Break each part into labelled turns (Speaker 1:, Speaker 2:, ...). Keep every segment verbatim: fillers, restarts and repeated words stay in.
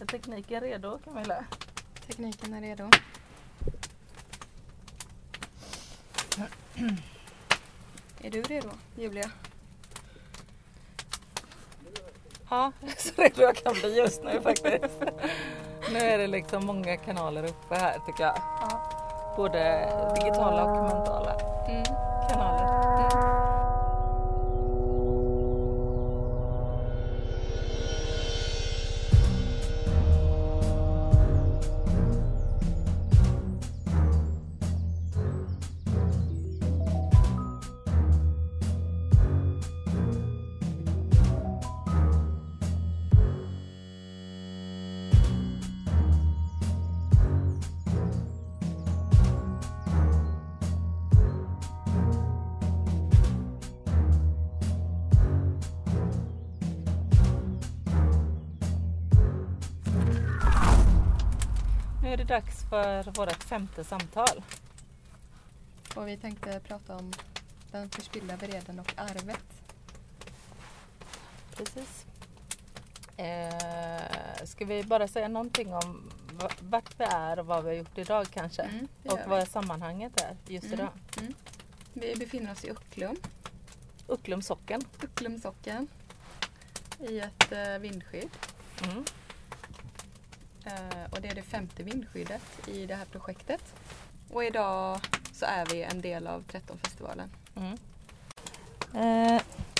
Speaker 1: Är tekniken redo, Camilla?
Speaker 2: Tekniken är redo. Är du redo, Julia?
Speaker 1: Ja, så redo jag kan bli just nu faktiskt. Nu är det liksom många kanaler uppe här tycker jag.
Speaker 2: Ja.
Speaker 1: Både digitala och mentala
Speaker 2: Mm.
Speaker 1: kanaler. Nu är det dags för vårt femte samtal.
Speaker 2: Och vi tänkte prata om den förspillda vreden och arvet.
Speaker 1: Precis. Eh, ska vi bara säga någonting om v- vart vi är och vad vi har gjort idag kanske?
Speaker 2: Mm, det
Speaker 1: och
Speaker 2: gör
Speaker 1: vad
Speaker 2: vi.
Speaker 1: sammanhanget är just
Speaker 2: Mm.
Speaker 1: idag.
Speaker 2: Mm. Vi befinner oss i Ucklum,
Speaker 1: Ucklums socken.
Speaker 2: Ucklums socken, i ett eh, vindskydd.
Speaker 1: Mm.
Speaker 2: Eh, och det är det femte vindskyddet i det här projektet. Och idag så är vi en del av tretton-festivalen.
Speaker 1: Mm. Eh.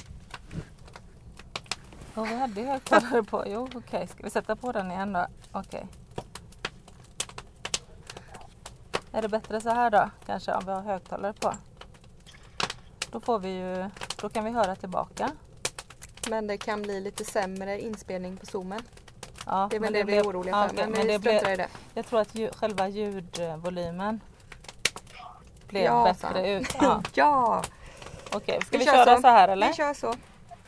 Speaker 1: Och vi hade ju högtalare på. Jo, okej. Okay. Ska vi sätta på den igen då? Okej. Okay. Är det bättre så här då? Kanske om vi har högtalare på. Då får vi ju, då kan vi höra tillbaka.
Speaker 2: Men det kan bli lite sämre inspelning på zoomen.
Speaker 1: Ja,
Speaker 2: Det är väl
Speaker 1: men
Speaker 2: det vi är oroliga för.
Speaker 1: ja, okay,
Speaker 2: men vi
Speaker 1: men det
Speaker 2: struntar
Speaker 1: blev,
Speaker 2: i det.
Speaker 1: jag tror att ju, själva ljudvolymen blev
Speaker 2: Ja,
Speaker 1: bättre
Speaker 2: fan.
Speaker 1: ut. Ja.
Speaker 2: Ja!
Speaker 1: Okej, okay, ska vi,
Speaker 2: Vi
Speaker 1: vi
Speaker 2: kör
Speaker 1: köra
Speaker 2: så.
Speaker 1: så här eller?
Speaker 2: Vi kör så.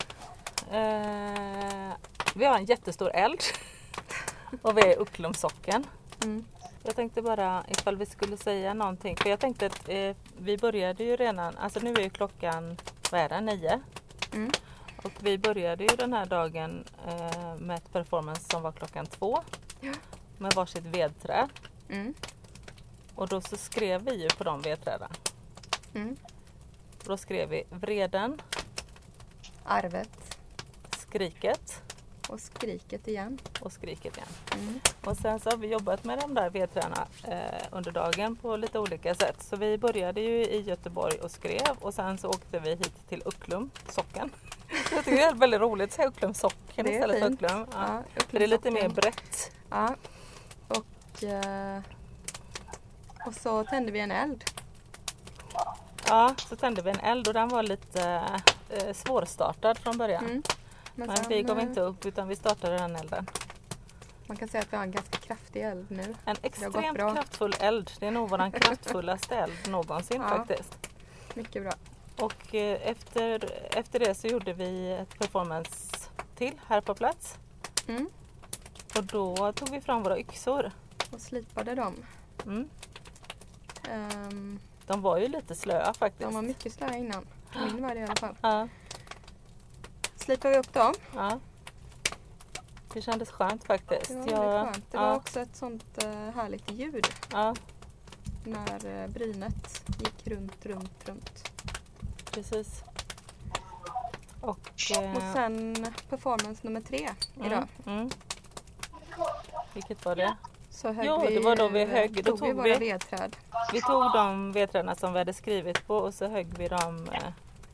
Speaker 1: Eh, vi har en jättestor eld och vi är i Ucklums socken.
Speaker 2: Mm.
Speaker 1: Jag tänkte bara ifall vi skulle säga någonting. För jag tänkte att eh, vi började ju redan, alltså nu är ju klockan, vad är det, nio?
Speaker 2: Mm.
Speaker 1: Och vi började ju den här dagen eh, med ett performance som var klockan två.
Speaker 2: Ja.
Speaker 1: Med varsitt vedträ.
Speaker 2: Mm.
Speaker 1: Och då så skrev vi ju på de vedträden.
Speaker 2: Mm.
Speaker 1: Och då skrev vi vreden,
Speaker 2: Arvet
Speaker 1: skriket
Speaker 2: och skriket igen.
Speaker 1: och skriket igen.
Speaker 2: Mm.
Speaker 1: Och sen så har vi jobbat med de där vedträna eh, under dagen på lite olika sätt. Så vi började ju i Göteborg och skrev och sen så åkte vi hit till Ucklum, socken. Jag tycker det är väldigt roligt att säga Ucklum socken
Speaker 2: Det är
Speaker 1: istället för
Speaker 2: fint.
Speaker 1: Ucklum. Ja.
Speaker 2: Ja,
Speaker 1: För det är lite
Speaker 2: Ucklum
Speaker 1: mer
Speaker 2: socken.
Speaker 1: brett.
Speaker 2: Ja. Och, eh, och så tände vi en eld.
Speaker 1: Ja, så tände vi en eld och den var lite eh, svårstartad från början.
Speaker 2: Mm. Men,
Speaker 1: Men
Speaker 2: sen,
Speaker 1: vi gav
Speaker 2: eh,
Speaker 1: inte upp utan vi startade den elden.
Speaker 2: Man kan säga att vi har en ganska kraftig eld nu.
Speaker 1: En
Speaker 2: har gått
Speaker 1: extremt
Speaker 2: bra.
Speaker 1: kraftfull eld. Det är nog vår kraftfullaste eld någonsin
Speaker 2: Ja.
Speaker 1: faktiskt.
Speaker 2: Mycket bra.
Speaker 1: Och eh, efter, efter det så gjorde vi ett performance till här på plats.
Speaker 2: Mm.
Speaker 1: Och då tog vi fram våra yxor.
Speaker 2: Och slipade dem.
Speaker 1: Mm.
Speaker 2: Ehm,
Speaker 1: De var ju lite slöa faktiskt.
Speaker 2: de var mycket slöa innan. Min var det i alla fall.
Speaker 1: Ja,
Speaker 2: Slipade vi upp dem.
Speaker 1: ja. Det kändes skönt faktiskt.
Speaker 2: Det var
Speaker 1: Jag-
Speaker 2: väldigt skönt. Det
Speaker 1: ja,
Speaker 2: var också ett sånt eh, härligt ljud.
Speaker 1: ja,
Speaker 2: När eh, brynet gick runt, runt, runt.
Speaker 1: precis. Och, eh,
Speaker 2: Och sen performance nummer tre idag.
Speaker 1: Mm, mm. Vilket var det?
Speaker 2: Så högg
Speaker 1: Jo,
Speaker 2: vi,
Speaker 1: det var då vi högg. Då
Speaker 2: tog vi
Speaker 1: tog
Speaker 2: våra
Speaker 1: vi-
Speaker 2: vedträd.
Speaker 1: Vi tog de vedträden som vi hade skrivit på och så högg vi dem eh,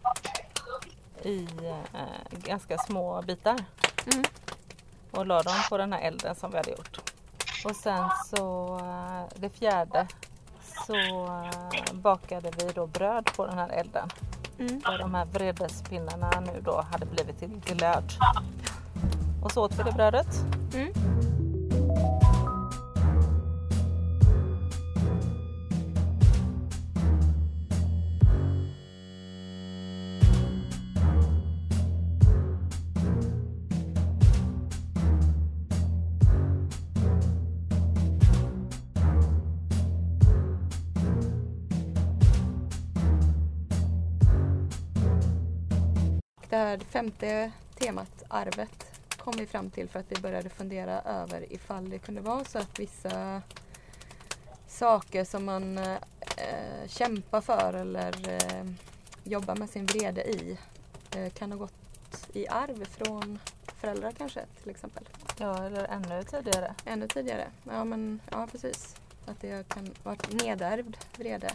Speaker 1: i eh, ganska små bitar.
Speaker 2: Mm.
Speaker 1: Och la dem på den här elden som vi hade gjort. Och sen så eh, det fjärde så eh, bakade vi då bröd på den här elden.
Speaker 2: Mm.
Speaker 1: Där de här vredespinnarna nu då hade blivit till glöd. Och så åt vi det brödet.
Speaker 2: Mm. Det här femte temat, arvet, kom vi fram till för att vi började fundera över ifall det kunde vara så att vissa saker som man eh, kämpar för eller eh, jobbar med sin vrede i eh, kan ha gått i arv från föräldrar kanske till exempel.
Speaker 1: Ja, eller ännu tidigare.
Speaker 2: Ännu tidigare. Ja, men ja, precis. Att det kan vara nedärvd vrede.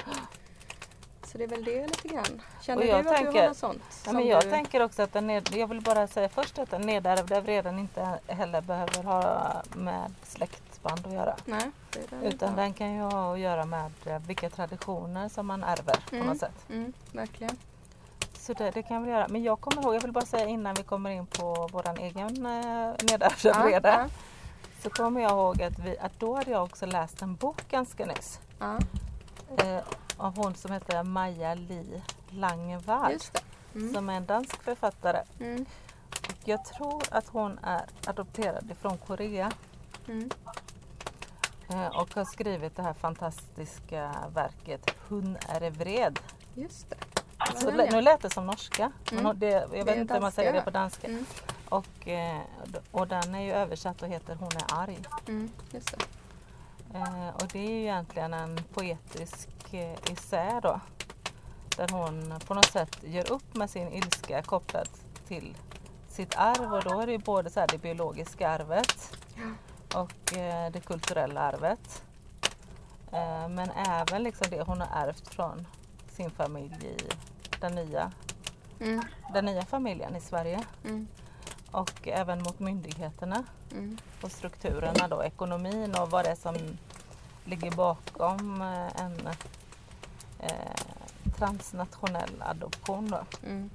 Speaker 2: Så det är väl det lite grann. Känner
Speaker 1: Och jag
Speaker 2: du att
Speaker 1: tänker,
Speaker 2: du har något sånt?
Speaker 1: Ja, men jag
Speaker 2: du...
Speaker 1: tänker också att den ned, jag vill bara säga först att den nedärvda vreden inte heller behöver ha med släktband att göra.
Speaker 2: Nej, det är den
Speaker 1: Utan
Speaker 2: inte.
Speaker 1: den kan ju ha att göra med vilka traditioner som man ärver
Speaker 2: Mm.
Speaker 1: på något sätt.
Speaker 2: Mm, verkligen.
Speaker 1: Så det, det kan vi göra. Men jag kommer ihåg, jag vill bara säga innan vi kommer in på våran egen eh, nedärvda
Speaker 2: Ja,
Speaker 1: vrede.
Speaker 2: ja.
Speaker 1: Så kommer jag ihåg att, vi, att då hade jag också läst en bok ganska nyss.
Speaker 2: Ja,
Speaker 1: Eh, av hon som heter Maja Li Langvard.
Speaker 2: just det. Mm.
Speaker 1: Som är en dansk författare.
Speaker 2: Mm.
Speaker 1: Och jag tror att hon är adopterad från Korea.
Speaker 2: Mm.
Speaker 1: Eh, och har skrivit det här fantastiska verket Hun är vred.
Speaker 2: Just det.
Speaker 1: Så,
Speaker 2: Ja,
Speaker 1: lä-
Speaker 2: ja.
Speaker 1: nu lät det som norska.
Speaker 2: Mm.
Speaker 1: Men det, jag
Speaker 2: Det
Speaker 1: vet
Speaker 2: är
Speaker 1: inte hur man
Speaker 2: danska,
Speaker 1: säger det
Speaker 2: va?
Speaker 1: på danska.
Speaker 2: Mm.
Speaker 1: Och, eh, och den är ju översatt och heter Hon är arg.
Speaker 2: Mm. Just det.
Speaker 1: Eh, och det är ju egentligen en poetisk eh, essä då. Där hon på något sätt gör upp med sin ilska kopplad till sitt arv. Och då är det ju både så här det biologiska arvet och eh, det kulturella arvet. Eh, men även liksom det hon har ärvt från sin familj i den nya,
Speaker 2: Mm.
Speaker 1: den nya familjen i Sverige.
Speaker 2: Mm.
Speaker 1: Och även mot myndigheterna
Speaker 2: Mm.
Speaker 1: och strukturerna då, ekonomin och vad det är som ligger bakom eh, en eh, transnationell adoption då.
Speaker 2: Mm.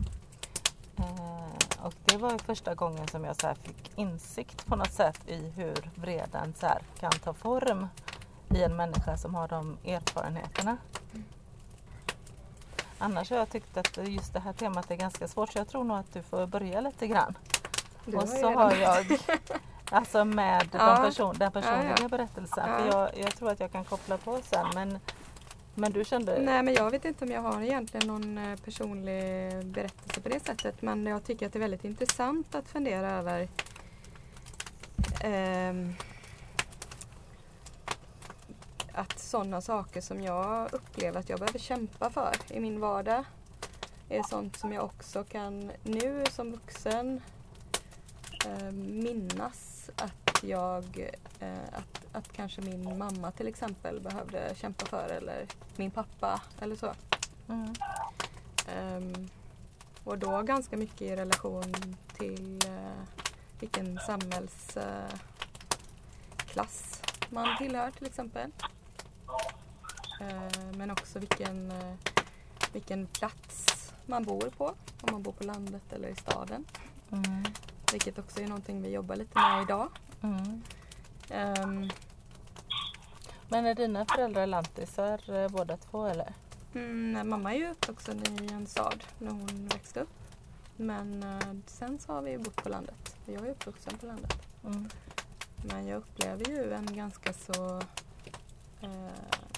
Speaker 1: Eh, och det var ju första gången som jag så här fick insikt på något sätt i hur vreden så här kan ta form i en människa som har de erfarenheterna. Annars har jag tyckt att just det här temat är ganska svårt, så jag tror nog att du får börja lite grann.
Speaker 2: Du
Speaker 1: Och
Speaker 2: har ju
Speaker 1: så
Speaker 2: redan-
Speaker 1: har jag alltså med
Speaker 2: Ja.
Speaker 1: de person, den personliga
Speaker 2: Ja, ja.
Speaker 1: berättelsen.
Speaker 2: Ja.
Speaker 1: För jag, jag tror att jag kan koppla på sen. Men, men du kände...
Speaker 2: Nej, men jag vet inte om jag har egentligen någon eh, personlig berättelse på det sättet. Men jag tycker att det är väldigt intressant att fundera över ehm, att sådana saker som jag upplever att jag behöver kämpa för i min vardag är sånt som jag också kan nu som vuxen eh, minnas att jag eh, att, att kanske min mamma till exempel behövde kämpa för, eller min pappa eller så.
Speaker 1: Mm.
Speaker 2: Ehm, och då ganska mycket i relation till eh, vilken samhällsklass eh, klass man tillhör till exempel. Eh, men också vilken, eh, vilken plats man bor på, om man bor på landet eller i staden.
Speaker 1: Mm.
Speaker 2: Vilket också är någonting vi jobbar lite med idag.
Speaker 1: Mm.
Speaker 2: Ehm,
Speaker 1: Men är dina föräldrar lantisar eh, båda två eller?
Speaker 2: mm, nej, mamma är ju uppvuxen i en stad när hon växte upp. Men eh, sen så har vi ju bott på landet. Jag är uppvuxen på landet.
Speaker 1: Mm.
Speaker 2: Men jag upplever ju en ganska så eh,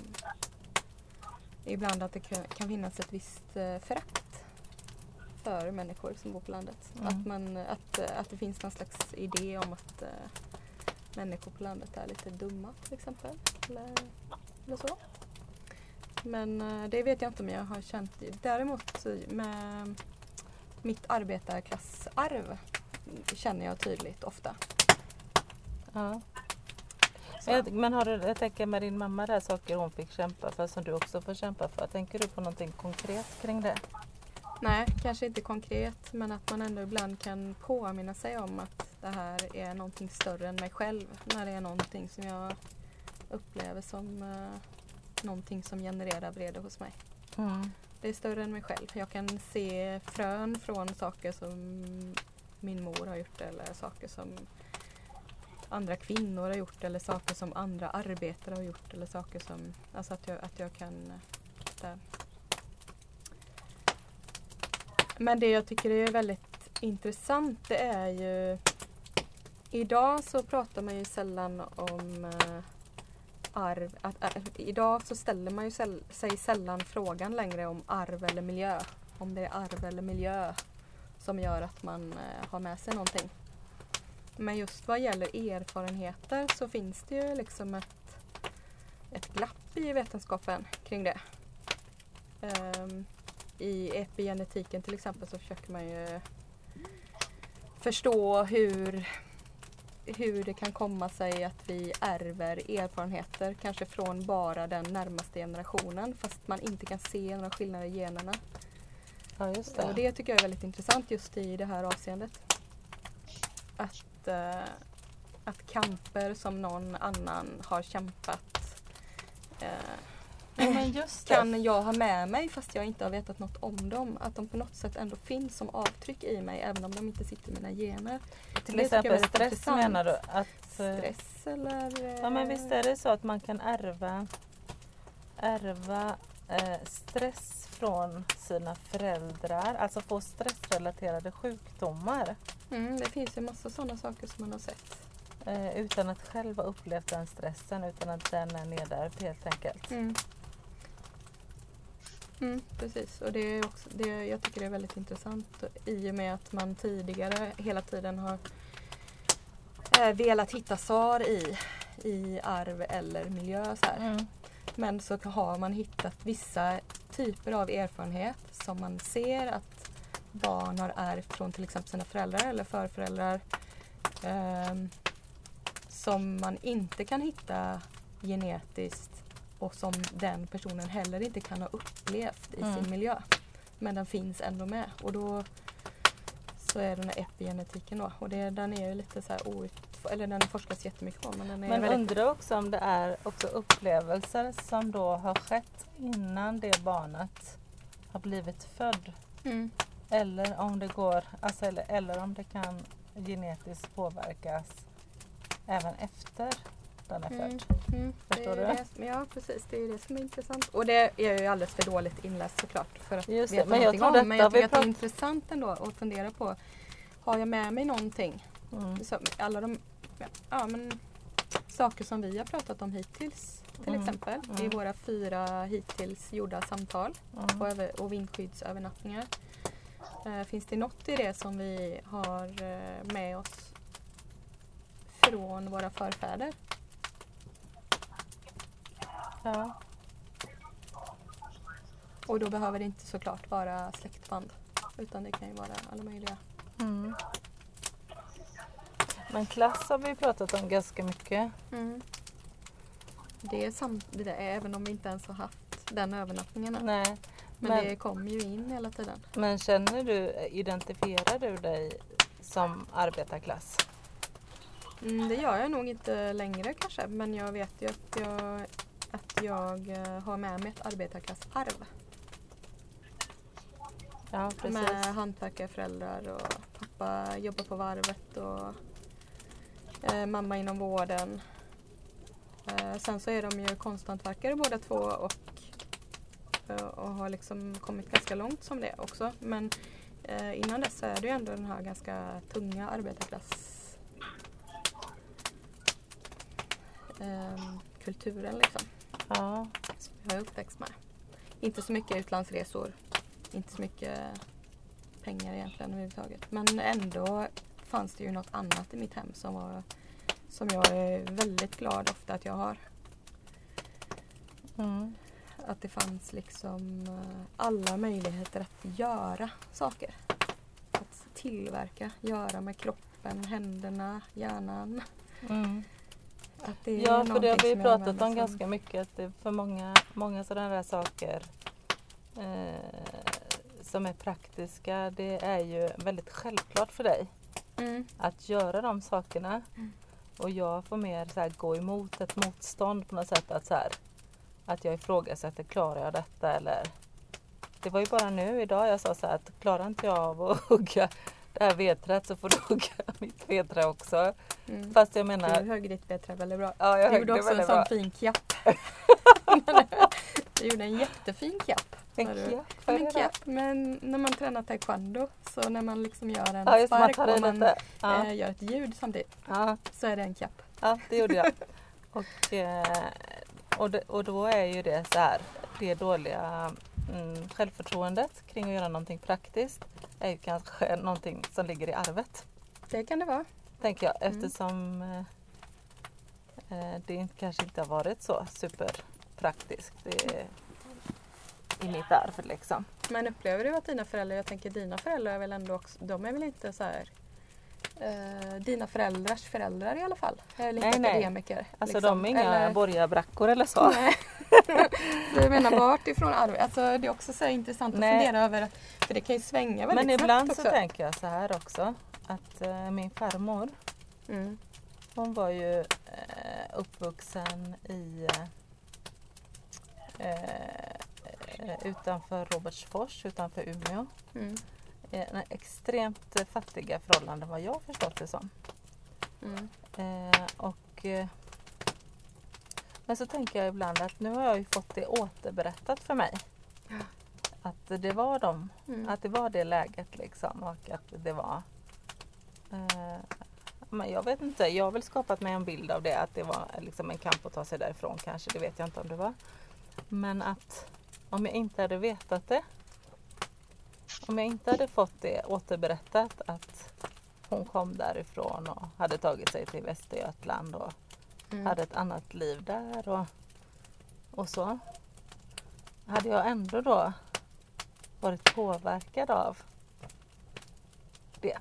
Speaker 2: ibland att det kan, kan finnas ett visst eh, förakt för människor som bor på landet.
Speaker 1: Mm.
Speaker 2: Att, man, att, att det finns någon slags idé om att eh, människor på landet är lite dumma till exempel. Eller, eller så. Men eh, det vet jag inte om jag har känt. Däremot med mitt arbetarklassarv känner jag tydligt ofta.
Speaker 1: Ja.
Speaker 2: Så.
Speaker 1: Jag, men har du, jag tänker med din mamma där, saker hon fick kämpa för som du också får kämpa för. Tänker du på någonting konkret kring det?
Speaker 2: Nej, kanske inte konkret, men att man ändå ibland kan påminna sig om att det här är någonting större än mig själv. När det är någonting som jag upplever som eh, någonting som genererar vrede hos mig.
Speaker 1: Mm.
Speaker 2: Det är större än mig själv. Jag kan se frön från saker som min mor har gjort eller saker som andra kvinnor har gjort eller saker som andra arbetare har gjort eller saker som, alltså att jag, att jag kan där. Men det jag tycker är väldigt intressant, det är ju idag så pratar man ju sällan om eh, arv. Att, äh, idag så ställer man ju säll, sig sällan frågan längre om arv eller miljö. Om det är arv eller miljö som gör att man eh, har med sig någonting. men just vad gäller erfarenheter så finns det ju liksom ett, ett glapp i vetenskapen kring det. Um, I epigenetiken till exempel så försöker man ju förstå hur, hur det kan komma sig att vi ärver erfarenheter kanske från bara den närmaste generationen fast man inte kan se några skillnader i generna.
Speaker 1: Ja, just det.
Speaker 2: Och det tycker jag är väldigt intressant just i det här avseendet. Att, uh, att kamper som någon annan har kämpat uh,
Speaker 1: Ja, men just det.
Speaker 2: kan jag ha med mig fast jag inte har vetat något om dem. Att de på något sätt ändå finns som avtryck i mig även om de inte sitter i mina gener.
Speaker 1: Till
Speaker 2: Det tycker jag är
Speaker 1: exempel
Speaker 2: väldigt
Speaker 1: stress
Speaker 2: intressant.
Speaker 1: menar du? Att,
Speaker 2: Stress eller...
Speaker 1: ja, men visst är det så att man kan ärva, ärva eh, stress från sina föräldrar, alltså få stressrelaterade sjukdomar
Speaker 2: Mm, det finns ju massa sådana saker som man har sett.
Speaker 1: eh, utan att själv ha upplevt den stressen, utan att den är nedärvd helt enkelt.
Speaker 2: Mm. Mm, precis, och det är också, det, jag tycker det är väldigt intressant i och med att man tidigare hela tiden har eh, velat hitta svar i, i arv eller miljö. Så här.
Speaker 1: Mm.
Speaker 2: Men så har man hittat vissa typer av erfarenhet som man ser att barn har ärvt från till exempel sina föräldrar eller förföräldrar eh, som man inte kan hitta genetiskt och som den personen heller inte kan ha upplevt i
Speaker 1: Mm.
Speaker 2: sin miljö. Men den finns ändå med och då så är den här epigenetiken då och det, den är ju lite så här out, eller den forskas jättemycket på men den är
Speaker 1: Men
Speaker 2: väldigt...
Speaker 1: undrar också om det är också upplevelser som då har skett innan det barnet har blivit född.
Speaker 2: Mm.
Speaker 1: Eller om det går, alltså, eller, eller om det kan genetiskt påverkas även efter den är
Speaker 2: Mm.
Speaker 1: född.
Speaker 2: Mm.
Speaker 1: Förstår
Speaker 2: det är
Speaker 1: du?
Speaker 2: det, ja precis, det är det som är intressant. Och det är jag ju alldeles för dåligt inläst såklart för att
Speaker 1: Just det,
Speaker 2: veta
Speaker 1: men jag
Speaker 2: någonting
Speaker 1: tror
Speaker 2: om. Men
Speaker 1: detta
Speaker 2: jag tycker
Speaker 1: vi
Speaker 2: att det är
Speaker 1: prat-
Speaker 2: intressant ändå att fundera på. Har jag med mig någonting?
Speaker 1: Mm.
Speaker 2: Så, alla de ja, men, saker som vi har pratat om hittills till
Speaker 1: Mm.
Speaker 2: exempel i
Speaker 1: Mm.
Speaker 2: våra fyra hittills gjorda samtal
Speaker 1: Mm.
Speaker 2: och, över, och vindskyddsövernattningar. Eh, finns det något i det som vi har eh, med oss från våra förfäder?
Speaker 1: Ja.
Speaker 2: Och då behöver det inte såklart vara släktband utan det kan ju vara alla möjliga.
Speaker 1: Mm. Men klass har vi pratat om ganska mycket.
Speaker 2: Mm. Det är sant, det där, även om vi inte ens har haft den övernattningen än.
Speaker 1: Nej,
Speaker 2: Men,
Speaker 1: men,
Speaker 2: det kommer ju in hela tiden.
Speaker 1: men känner du, identifierar du dig som arbetarklass?
Speaker 2: Mm, det gör jag nog inte längre kanske men jag vet ju att jag, att jag eh, har med mig ett arbetarklassarv.
Speaker 1: Ja, precis.
Speaker 2: Med hantverkarföräldrar och pappa jobbar på varvet och eh, mamma inom vården. Eh, sen så är de ju konsthantverkare båda två och, eh, och har liksom kommit ganska långt som det också. Men eh, innan dess så är det ju ändå den här ganska tunga arbetarklass eh, kulturen liksom.
Speaker 1: Ja.
Speaker 2: Som jag är uppväxt med. Inte så mycket utlandsresor. Inte så mycket pengar egentligen överhuvudtaget. Men ändå fanns det ju något annat i mitt hem som, var, som jag är väldigt glad ofta att jag har.
Speaker 1: Mm.
Speaker 2: Att det fanns liksom eh, alla möjligheter att göra saker. Att tillverka, göra med kroppen, händerna, hjärnan.
Speaker 1: Mm.
Speaker 2: Att det är
Speaker 1: Ja, för det har
Speaker 2: någonting
Speaker 1: vi
Speaker 2: som jag
Speaker 1: pratat
Speaker 2: använder
Speaker 1: om
Speaker 2: som-
Speaker 1: ganska mycket. Att det för många, många sådana där saker eh, som är praktiska, det är ju väldigt självklart för dig
Speaker 2: Mm.
Speaker 1: att göra de sakerna.
Speaker 2: Mm.
Speaker 1: Och jag får mer så här, gå emot ett motstånd på något sätt. Att, så här, att jag ifrågasätter, klarar jag detta? Eller, det var ju bara nu idag jag sa så här, att klarar inte jag av att hugga det här vedträet så får du hugga mitt vedträ också.
Speaker 2: Mm.
Speaker 1: Fast jag menar...
Speaker 2: Du högg ditt vedträ väldigt bra.
Speaker 1: Ja, jag
Speaker 2: Du
Speaker 1: högg
Speaker 2: gjorde
Speaker 1: det
Speaker 2: också en
Speaker 1: väldigt
Speaker 2: sån
Speaker 1: bra.
Speaker 2: fin kapp. Du gjorde en jättefin kapp.
Speaker 1: En
Speaker 2: sa du.
Speaker 1: kapp?
Speaker 2: Ja,
Speaker 1: Vad
Speaker 2: en
Speaker 1: är det?
Speaker 2: kapp. Men när man tränar taekwondo så när man liksom gör en
Speaker 1: Ja, just det, man
Speaker 2: spark
Speaker 1: tar i
Speaker 2: och man
Speaker 1: lite. Ja,
Speaker 2: eh, gör ett ljud samtidigt
Speaker 1: ja,
Speaker 2: så är det en kapp.
Speaker 1: ja, det gjorde jag. Och, eh, och, det, och då är ju det så här, det dåliga mm, självförtroendet kring att göra någonting praktiskt är ju kanske någonting som ligger i arvet.
Speaker 2: Det kan det vara.
Speaker 1: tänker jag, eftersom eh, det inte, kanske inte har varit så superpraktiskt det, i mitt arv liksom.
Speaker 2: Men upplever du att dina föräldrar, jag tänker dina föräldrar är väl ändå också, de är väl inte så här eh, dina föräldrars föräldrar i alla fall? Är lite
Speaker 1: nej,
Speaker 2: akademiker.
Speaker 1: Nej, alltså
Speaker 2: liksom.
Speaker 1: de är inga
Speaker 2: Eller...
Speaker 1: borgarbrackor eller så.
Speaker 2: Nej. Du menar vart ifrån arv? Alltså det är också så intressant att nej. fundera över, för det kan ju svänga väldigt
Speaker 1: Men
Speaker 2: snabbt
Speaker 1: ibland
Speaker 2: också.
Speaker 1: Så tänker jag så här också, att eh, min farmor, mm. hon var ju eh, uppvuxen i eh, utanför Robertsfors, utanför Umeå. Mm. Eh, extremt fattiga förhållanden vad jag förstått det som. Mm. Eh, och eh, men så tänker jag ibland att nu har jag ju fått det återberättat för mig. Ja. Att det var dem, mm. att det var det läget liksom, och att det var eh, men jag vet inte, jag har väl skapat mig en bild av det, att det var liksom en kamp att ta sig därifrån kanske, det vet jag inte om det var. Men att om jag inte hade vetat det, om jag inte hade fått det återberättat att hon kom därifrån och hade tagit sig till Västergötland och mm. hade ett annat liv där och, och så, hade jag ändå då varit påverkad av det.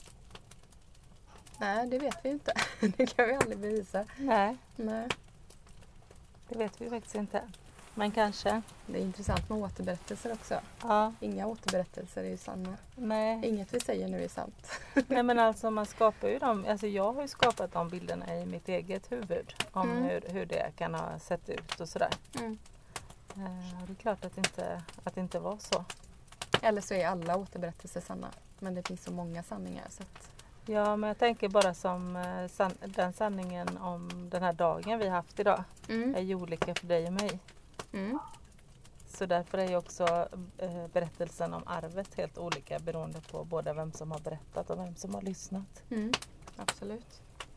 Speaker 2: Nej, det vet vi inte. Det kan vi aldrig bevisa.
Speaker 1: Nej.
Speaker 2: Nej.
Speaker 1: Det vet vi faktiskt inte. Men kanske.
Speaker 2: Det är intressant med återberättelser också.
Speaker 1: Ja.
Speaker 2: Inga återberättelser är ju sanna.
Speaker 1: Nej.
Speaker 2: Inget vi säger nu är sant.
Speaker 1: Nej, men alltså man skapar ju dem. Alltså jag har ju skapat de bilderna i mitt eget huvud. Om mm. hur, hur det kan ha sett ut och sådär. Mm. Eh, det är klart att det inte, att det inte var så.
Speaker 2: Eller så är alla återberättelser sanna. Men det finns så många sanningar så att...
Speaker 1: Ja, men jag tänker bara som eh, san- den sanningen om den här dagen vi haft idag mm. är ju olika för dig och mig. Mm. Så därför är ju också eh, berättelsen om arvet helt olika beroende på både vem som har berättat och vem som har lyssnat.
Speaker 2: Mm. Absolut.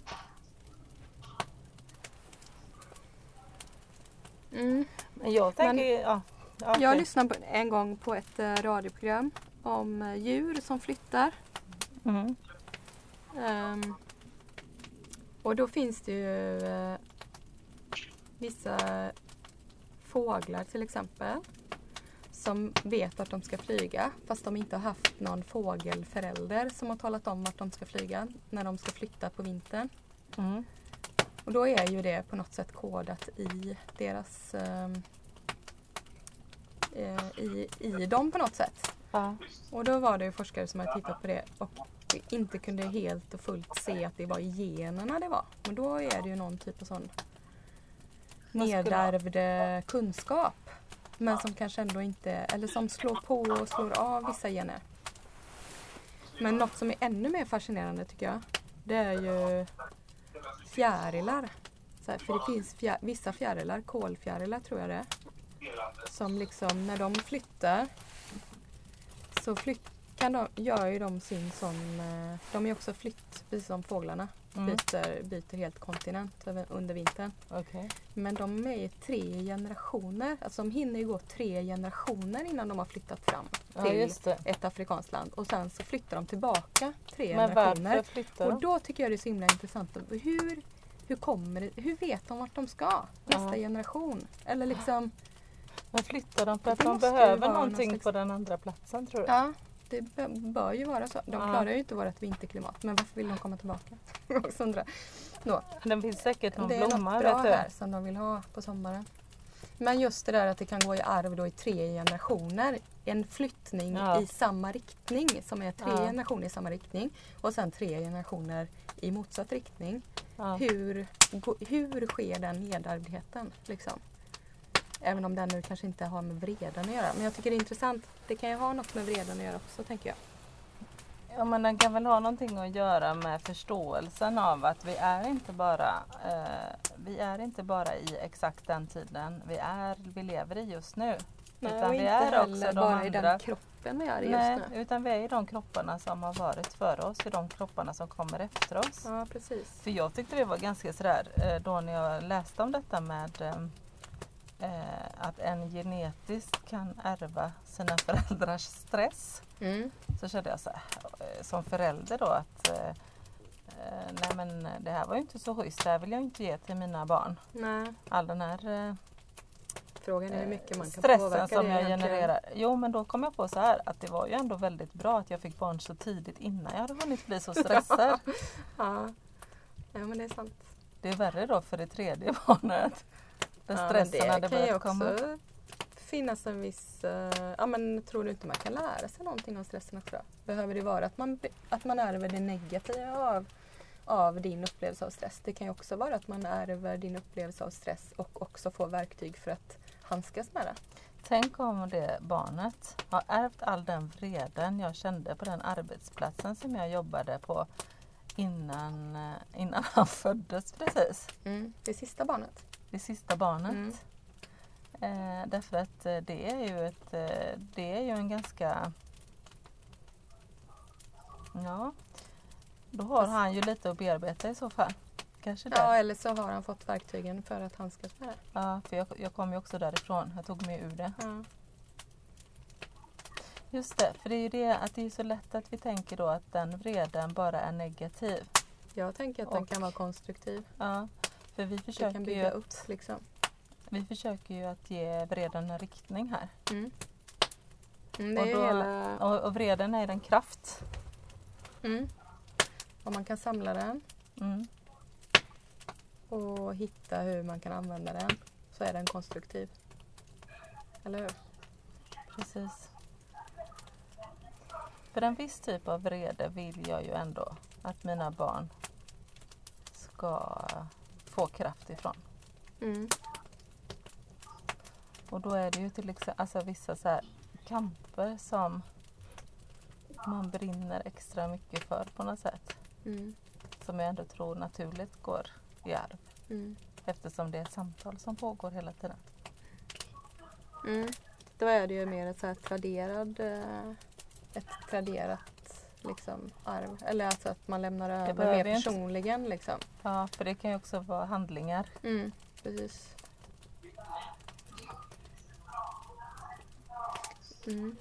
Speaker 1: Mm. Men jag tänker... Men, ja, okay.
Speaker 2: Jag lyssnade en gång på ett eh, radioprogram om eh, djur som flyttar. Mm. Um, och då finns det ju uh, vissa fåglar till exempel som vet att de ska flyga fast de inte har haft någon fågelförälder som har talat om att de ska flyga när de ska flytta på vintern. Mm. Och då är ju det på något sätt kodat i deras um, uh, i, i dem på något sätt. Ja. Och då var det ju forskare som hade tittat på det och inte kunde helt och fullt se att det var i generna det var. Men då är det ju någon typ av sån nedärvd kunskap. Men som kanske ändå inte, eller som slår på och slår av vissa gener. Men något som är ännu mer fascinerande tycker jag, det är ju fjärilar. Så här, för det finns fjär, vissa fjärilar, kolfjärilar tror jag det är, som liksom när de flyttar så flyttar kan de, gör ju de sin sån, de är också flytt, precis som fåglarna, mm. byter, byter helt kontinent under vintern.
Speaker 1: Okay.
Speaker 2: Men de är tre generationer, alltså de hinner ju gå tre generationer innan de har flyttat fram till ja, ett afrikanskt land. Och sen så flyttar de tillbaka tre
Speaker 1: Men
Speaker 2: generationer.
Speaker 1: Flyttar
Speaker 2: och då tycker jag det är så himla intressant. Hur, hur, kommer det, hur vet de vart de ska nästa ja. generation? Eller liksom...
Speaker 1: Men flyttar de för att de behöver någonting slags... på den andra platsen tror du?
Speaker 2: Ja. Det bör ju vara så. De ja. klarar ju inte vårt vinterklimat. Men varför vill de komma tillbaka? Då.
Speaker 1: Den finns säkert någon
Speaker 2: det är
Speaker 1: blomma.
Speaker 2: Något bra här som de vill ha på sommaren. Men just det där att det kan gå i arv då i tre generationer. En flyttning ja. i samma riktning. Som är tre ja. generationer i samma riktning. Och sen tre generationer i motsatt riktning. Ja. Hur, hur sker den nedärvdheten? Liksom? Även om den nu kanske inte har med vreden att göra. Men jag tycker det är intressant. Det kan ju ha något med vreden att göra också, tänker jag.
Speaker 1: Ja, men den kan väl ha någonting att göra med förståelsen av att vi är inte bara eh, vi är inte bara i exakt den tiden vi är, vi lever i just nu.
Speaker 2: Nej,
Speaker 1: utan
Speaker 2: och
Speaker 1: vi
Speaker 2: inte
Speaker 1: är
Speaker 2: heller
Speaker 1: också de
Speaker 2: bara
Speaker 1: andra,
Speaker 2: i den kroppen vi är i just
Speaker 1: nej,
Speaker 2: nu.
Speaker 1: utan vi är i de kropparna som har varit före oss, i de kropparna som kommer efter oss.
Speaker 2: Ja, precis.
Speaker 1: För jag tyckte det var ganska sådär, eh, då när jag läste om detta med eh, Eh, att en genetiskt kan ärva sina föräldrars stress. Mm. Så kände jag så här, eh, som förälder då att eh, nej men det här var ju inte så schysst, det här vill jag inte ge till mina barn.
Speaker 2: Nej.
Speaker 1: All den här eh,
Speaker 2: Frågan är hur mycket man kan
Speaker 1: stressen
Speaker 2: påverka
Speaker 1: som
Speaker 2: det
Speaker 1: jag
Speaker 2: egentligen.
Speaker 1: genererar. Jo, men då kom jag på så här att det var ju ändå väldigt bra att jag fick barn så tidigt innan jag hade hunnit bli så stressad.
Speaker 2: Ja. Ja, men det är sant.
Speaker 1: Det är värre då för det tredje barnet. Den
Speaker 2: Ja,
Speaker 1: stressen
Speaker 2: men
Speaker 1: hade
Speaker 2: det kan ju
Speaker 1: börjat
Speaker 2: också
Speaker 1: komma.
Speaker 2: finnas en viss... Uh, ja, men tror du inte man kan lära sig någonting av stressen också? Behöver det vara att man, att man ärver det negativa av, av din upplevelse av stress? Det kan ju också vara att man ärver din upplevelse av stress och också får verktyg för att handskas med det.
Speaker 1: Tänk om det barnet har ärvt all den vreden jag kände på den arbetsplatsen som jag jobbade på innan, innan han föddes precis.
Speaker 2: Mm. Det sista barnet.
Speaker 1: Det sista barnet.
Speaker 2: Mm.
Speaker 1: Eh, därför att det är ju ett, det är ju en ganska, ja, då har
Speaker 2: Fast,
Speaker 1: han ju lite att bearbeta i så fall. Kanske
Speaker 2: ja,
Speaker 1: där.
Speaker 2: eller så har han fått verktygen för att handskas med det.
Speaker 1: Ja, för jag, jag kom ju också därifrån. Jag tog mig ur det.
Speaker 2: Ja.
Speaker 1: Just det, för det är ju det att det är så lätt att vi tänker då att den vreden bara är negativ.
Speaker 2: Jag tänker att
Speaker 1: Och,
Speaker 2: den kan vara konstruktiv.
Speaker 1: Ja, för vi
Speaker 2: Det
Speaker 1: försöker,
Speaker 2: kan
Speaker 1: ju
Speaker 2: bygga
Speaker 1: att,
Speaker 2: upp liksom.
Speaker 1: vi försöker ju att ge vreden en riktning här.
Speaker 2: Mm. Mm, det
Speaker 1: Och,
Speaker 2: är
Speaker 1: då,
Speaker 2: hela...
Speaker 1: och, och vreden är den kraft.
Speaker 2: Mm. Om man kan samla den
Speaker 1: Mm.
Speaker 2: och hitta hur man kan använda den så är den konstruktiv. Eller hur?
Speaker 1: Precis. För en viss typ av vrede vill jag ju ändå att mina barn ska få kraft ifrån.
Speaker 2: Mm.
Speaker 1: Och då är det ju till exempel alltså vissa så här kamper som man brinner extra mycket för på något sätt.
Speaker 2: Mm.
Speaker 1: Som jag ändå tror naturligt går i arv.
Speaker 2: Mm.
Speaker 1: Eftersom det är ett samtal som pågår hela tiden.
Speaker 2: Mm. Då är det ju mer ett så här traderad, eh, ett traderat liksom arv. Eller alltså att man lämnar över
Speaker 1: behöver
Speaker 2: mer
Speaker 1: ju inte-
Speaker 2: personligen liksom.
Speaker 1: Ja, för det kan ju också vara handlingar.
Speaker 2: Mm. Precis. Mm.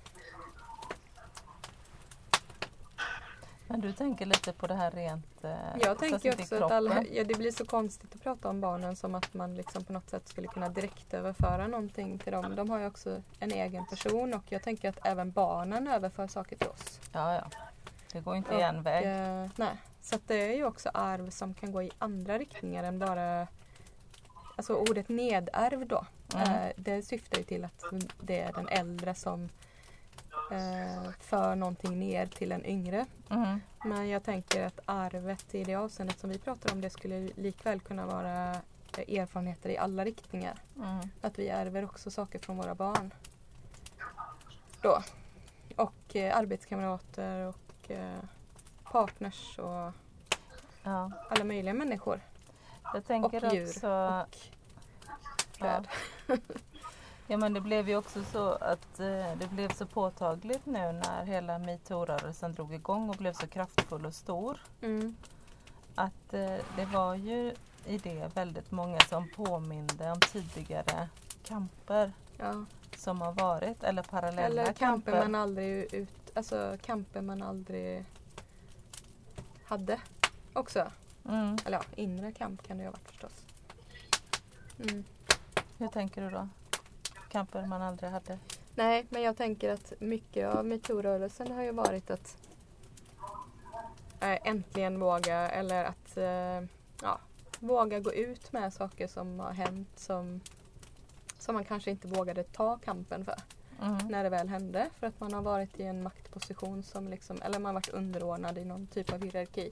Speaker 1: Men du tänker lite på det här rent... Eh,
Speaker 2: Jag tänker
Speaker 1: alltså
Speaker 2: också att alla, ja, det blir så konstigt att prata om barnen som att man liksom på något sätt skulle kunna direkt överföra någonting till dem. De har ju också en egen person och jag tänker att även barnen överför saker till oss.
Speaker 1: Ja, ja. Det går inte
Speaker 2: Och,
Speaker 1: i en väg.
Speaker 2: Eh, nej, så att det är ju också arv som kan gå i andra riktningar än bara... Alltså ordet nedärv då.
Speaker 1: Mm.
Speaker 2: Eh, det syftar ju till att det är den äldre som eh, för någonting ner till en yngre.
Speaker 1: Mm.
Speaker 2: Men jag tänker att arvet i det avseendet som vi pratar om det skulle likväl kunna vara eh, erfarenheter i alla riktningar.
Speaker 1: Mm.
Speaker 2: Att vi ärver också saker från våra barn. Då. Och eh, arbetskamrater och eh, partners och
Speaker 1: Ja.
Speaker 2: alla möjliga människor.
Speaker 1: Jag tänker
Speaker 2: Och djur.
Speaker 1: också...
Speaker 2: Och kläder.
Speaker 1: Ja. Ja, men det blev ju också så att eh, det blev så påtagligt nu när hela MeToo-rörelsen drog igång och blev så kraftfull och stor.
Speaker 2: Mm.
Speaker 1: Att eh, det var ju i det väldigt många som påminde om tidigare kamper
Speaker 2: Ja.
Speaker 1: som har varit eller parallella
Speaker 2: Eller kamper
Speaker 1: kamper.
Speaker 2: man aldrig ut, alltså kamper man aldrig hade också.
Speaker 1: Mm.
Speaker 2: Eller ja, inre kamp kan det ju ha varit förstås. Mm.
Speaker 1: Hur tänker du då? Kamper man aldrig hade?
Speaker 2: Nej, men jag tänker att mycket av MeToo-rörelsen har ju varit att äh, äntligen våga eller att äh, ja, våga gå ut med saker som har hänt som, som man kanske inte vågade ta kampen för.
Speaker 1: Mm.
Speaker 2: När det väl hände för att man har varit i en maktposition som liksom, eller man har varit underordnad i någon typ av hierarki.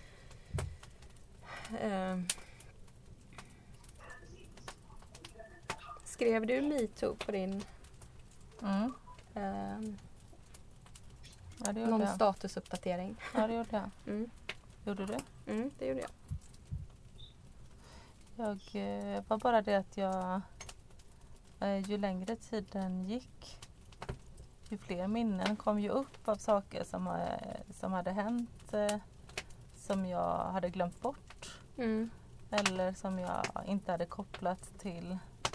Speaker 2: Uh, skrev du MeToo på din
Speaker 1: Mm.
Speaker 2: uh,
Speaker 1: Ja, det gjorde
Speaker 2: någon
Speaker 1: jag.
Speaker 2: statusuppdatering?
Speaker 1: Ja, det gjorde jag.
Speaker 2: Mm.
Speaker 1: Gjorde du?
Speaker 2: Mm, det gjorde jag.
Speaker 1: Jag eh, var bara det att jag eh, ju längre tiden gick ju fler minnen kom ju upp av saker som, eh, som hade hänt eh, som jag hade glömt bort
Speaker 2: Mm.
Speaker 1: eller som jag inte hade kopplat till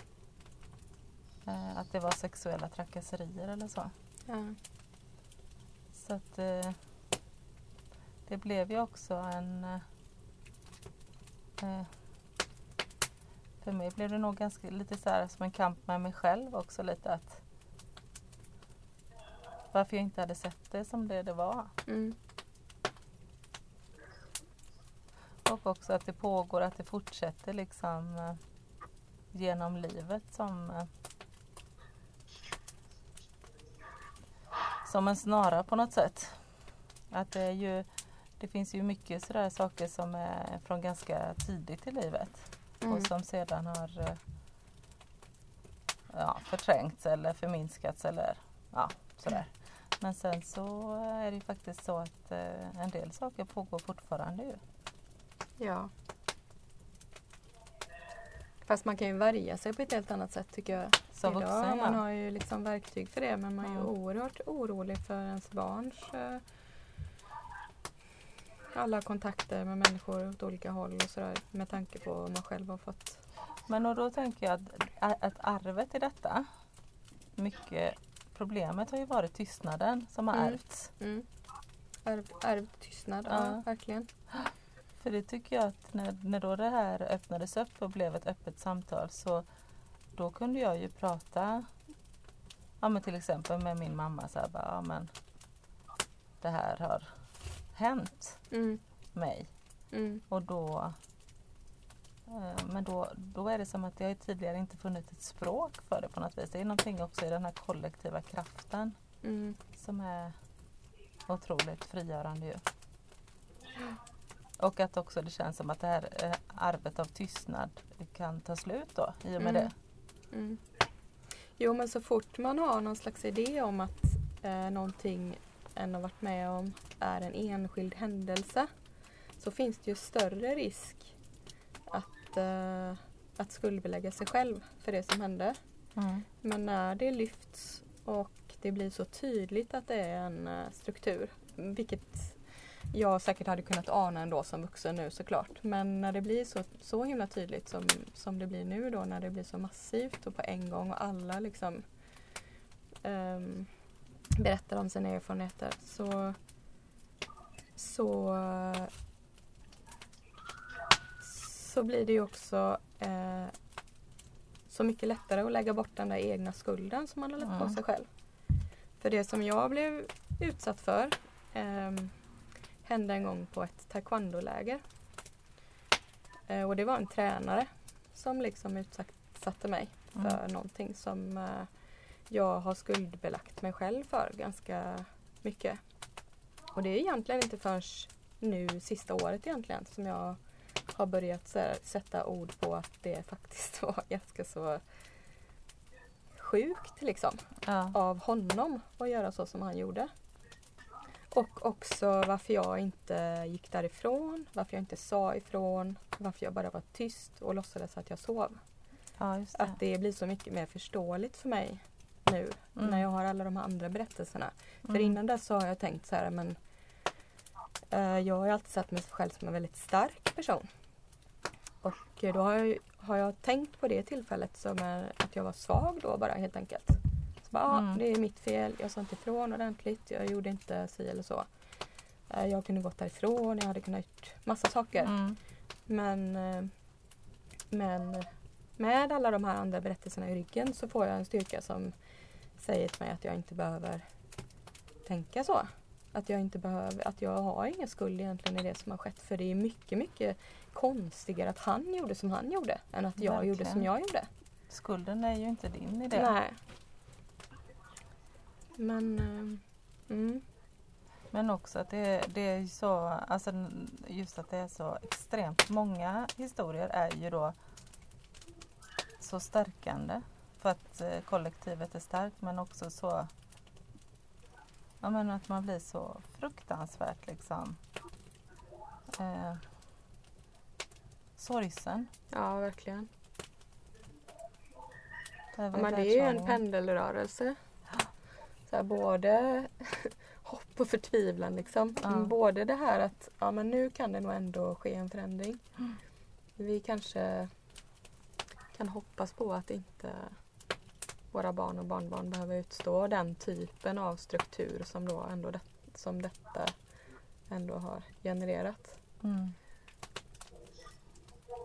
Speaker 1: eh, att det var sexuella trakasserier eller så.
Speaker 2: Ja.
Speaker 1: Så att eh, det blev ju också en, eh, för mig blev det nog ganska lite så här som en kamp med mig själv också lite att varför jag inte hade sett det som det det var.
Speaker 2: Mm.
Speaker 1: Och också att det pågår, att det fortsätter liksom eh, genom livet som eh, som en snara på något sätt. Att det är ju, det finns ju mycket sådär saker som är från ganska tidigt i livet
Speaker 2: Mm.
Speaker 1: och som sedan har eh, ja, förträngts eller förminskats eller ja, sådär. Men sen så är det ju faktiskt så att eh, en del saker pågår fortfarande ju.
Speaker 2: Ja. Fast man kan ju värja sig på ett helt annat sätt tycker jag.
Speaker 1: Som
Speaker 2: Idag,
Speaker 1: vuxen,
Speaker 2: man
Speaker 1: ja.
Speaker 2: har ju liksom verktyg för det, men man är ju
Speaker 1: Mm.
Speaker 2: oerhört orolig för ens barns eh, alla kontakter med människor åt olika håll och sådär, med tanke på vad man själv har fått.
Speaker 1: Men och då tänker jag att, att arvet i detta, mycket problemet har ju varit tystnaden som har
Speaker 2: Mm.
Speaker 1: ärvts.
Speaker 2: Mm. Ärv, ärv tystnad, ja.
Speaker 1: Ja.
Speaker 2: Verkligen.
Speaker 1: För det tycker jag att när, när då det här öppnades upp och blev ett öppet samtal så då kunde jag ju prata ja, men till exempel med min mamma så här, bara, ja, men det här har hänt
Speaker 2: Mm.
Speaker 1: mig
Speaker 2: Mm.
Speaker 1: och då eh, men då, då är det som att jag har tidigare inte funnit ett språk för det på något vis. Det är någonting också i den här kollektiva kraften
Speaker 2: Mm.
Speaker 1: som är otroligt frigörande ju. Och att också det känns som att det här eh, arvet av tystnad kan ta slut då i och med
Speaker 2: Mm.
Speaker 1: det.
Speaker 2: Mm. Jo, men så fort man har någon slags idé om att eh, någonting en har varit med om är en enskild händelse, så finns det ju större risk att, eh, att skuldbelägga sig själv för det som hände.
Speaker 1: Mm.
Speaker 2: Men när det lyfts och det blir så tydligt att det är en eh, struktur, vilket jag säkert hade kunnat ana ändå som vuxen nu såklart. Men när det blir så, så himla tydligt som, som det blir nu då, när det blir så massivt och på en gång och alla liksom um, berättar om sina erfarenheter, så så så blir det ju också eh, så mycket lättare att lägga bort den där egna skulden som man har lagt på
Speaker 1: Mm.
Speaker 2: sig själv. För det som jag blev utsatt för um, hände en gång på ett taekwondo-läger. Eh, och det var en tränare som liksom utsatte mig för
Speaker 1: Mm.
Speaker 2: någonting som eh, jag har skuldbelagt mig själv för ganska mycket. Och det är egentligen inte förrän nu sista året egentligen som jag har börjat så här, sätta ord på att det faktiskt var ganska så sjukt liksom
Speaker 1: Ja.
Speaker 2: av honom att göra så som han gjorde. Och också varför jag inte gick därifrån, varför jag inte sa ifrån, varför jag bara var tyst och låtsades att jag sov.
Speaker 1: Ja, just det.
Speaker 2: Att det blir så mycket mer förståeligt för mig nu
Speaker 1: Mm.
Speaker 2: när jag har alla de här andra berättelserna. För
Speaker 1: Mm.
Speaker 2: innan dess så har jag tänkt så här, men eh, jag har ju alltid sett mig själv som en väldigt stark person. Och då har jag, har jag tänkt på det tillfället som är att jag var svag då bara helt enkelt. Så bara, ah,
Speaker 1: Mm.
Speaker 2: det är mitt fel, jag sa inte ifrån ordentligt, jag gjorde inte si eller så. Eh, jag kunde gått därifrån, jag hade kunnat gjort massa saker.
Speaker 1: Mm.
Speaker 2: Men, eh, men med alla de här andra berättelserna i ryggen så får jag en styrka som säger till mig att jag inte behöver tänka så. Att jag inte behöver, att jag har ingen skuld egentligen i det som har skett. För det är mycket, mycket konstigare att han gjorde som han gjorde än att jag
Speaker 1: Verkligen.
Speaker 2: gjorde som jag gjorde.
Speaker 1: Skulden är ju inte din i det.
Speaker 2: Nej. Men, eh, mm,
Speaker 1: Men också att det, det är ju så, alltså just att det är så extremt många historier är ju då så stärkande för att eh, kollektivet är starkt, men också så, jag menar att man blir så fruktansvärt liksom eh, sorgsen.
Speaker 2: ja, verkligen.
Speaker 1: över
Speaker 2: Ja, men det är ju en
Speaker 1: världsordningen.
Speaker 2: pendelrörelse. Så här, både hopp och förtvivlan liksom.
Speaker 1: Ja.
Speaker 2: Men både det här att ja, men nu kan det nog ändå ske en förändring.
Speaker 1: Mm.
Speaker 2: Vi kanske kan hoppas på att inte våra barn och barnbarn behöver utstå den typen av struktur som, då ändå det, som detta ändå har genererat.
Speaker 1: Mm.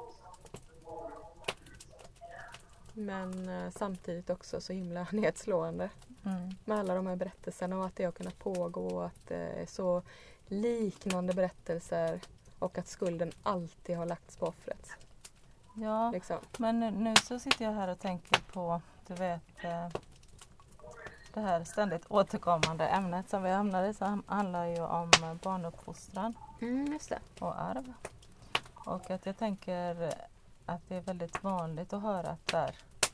Speaker 2: Men eh, samtidigt också så himla nedslående.
Speaker 1: Mm.
Speaker 2: Med alla de här berättelserna och att det har kunnat pågå och att det är så liknande berättelser och att skulden alltid har lagts på offret.
Speaker 1: Ja,
Speaker 2: Liksom.
Speaker 1: men nu, nu så sitter jag här och tänker på, du vet, eh, det här ständigt återkommande ämnet som vi hamnar i, som handlar ju om eh, barnuppfostran
Speaker 2: Mm, just det.
Speaker 1: och arv. Och att jag tänker att det är väldigt vanligt att höra att där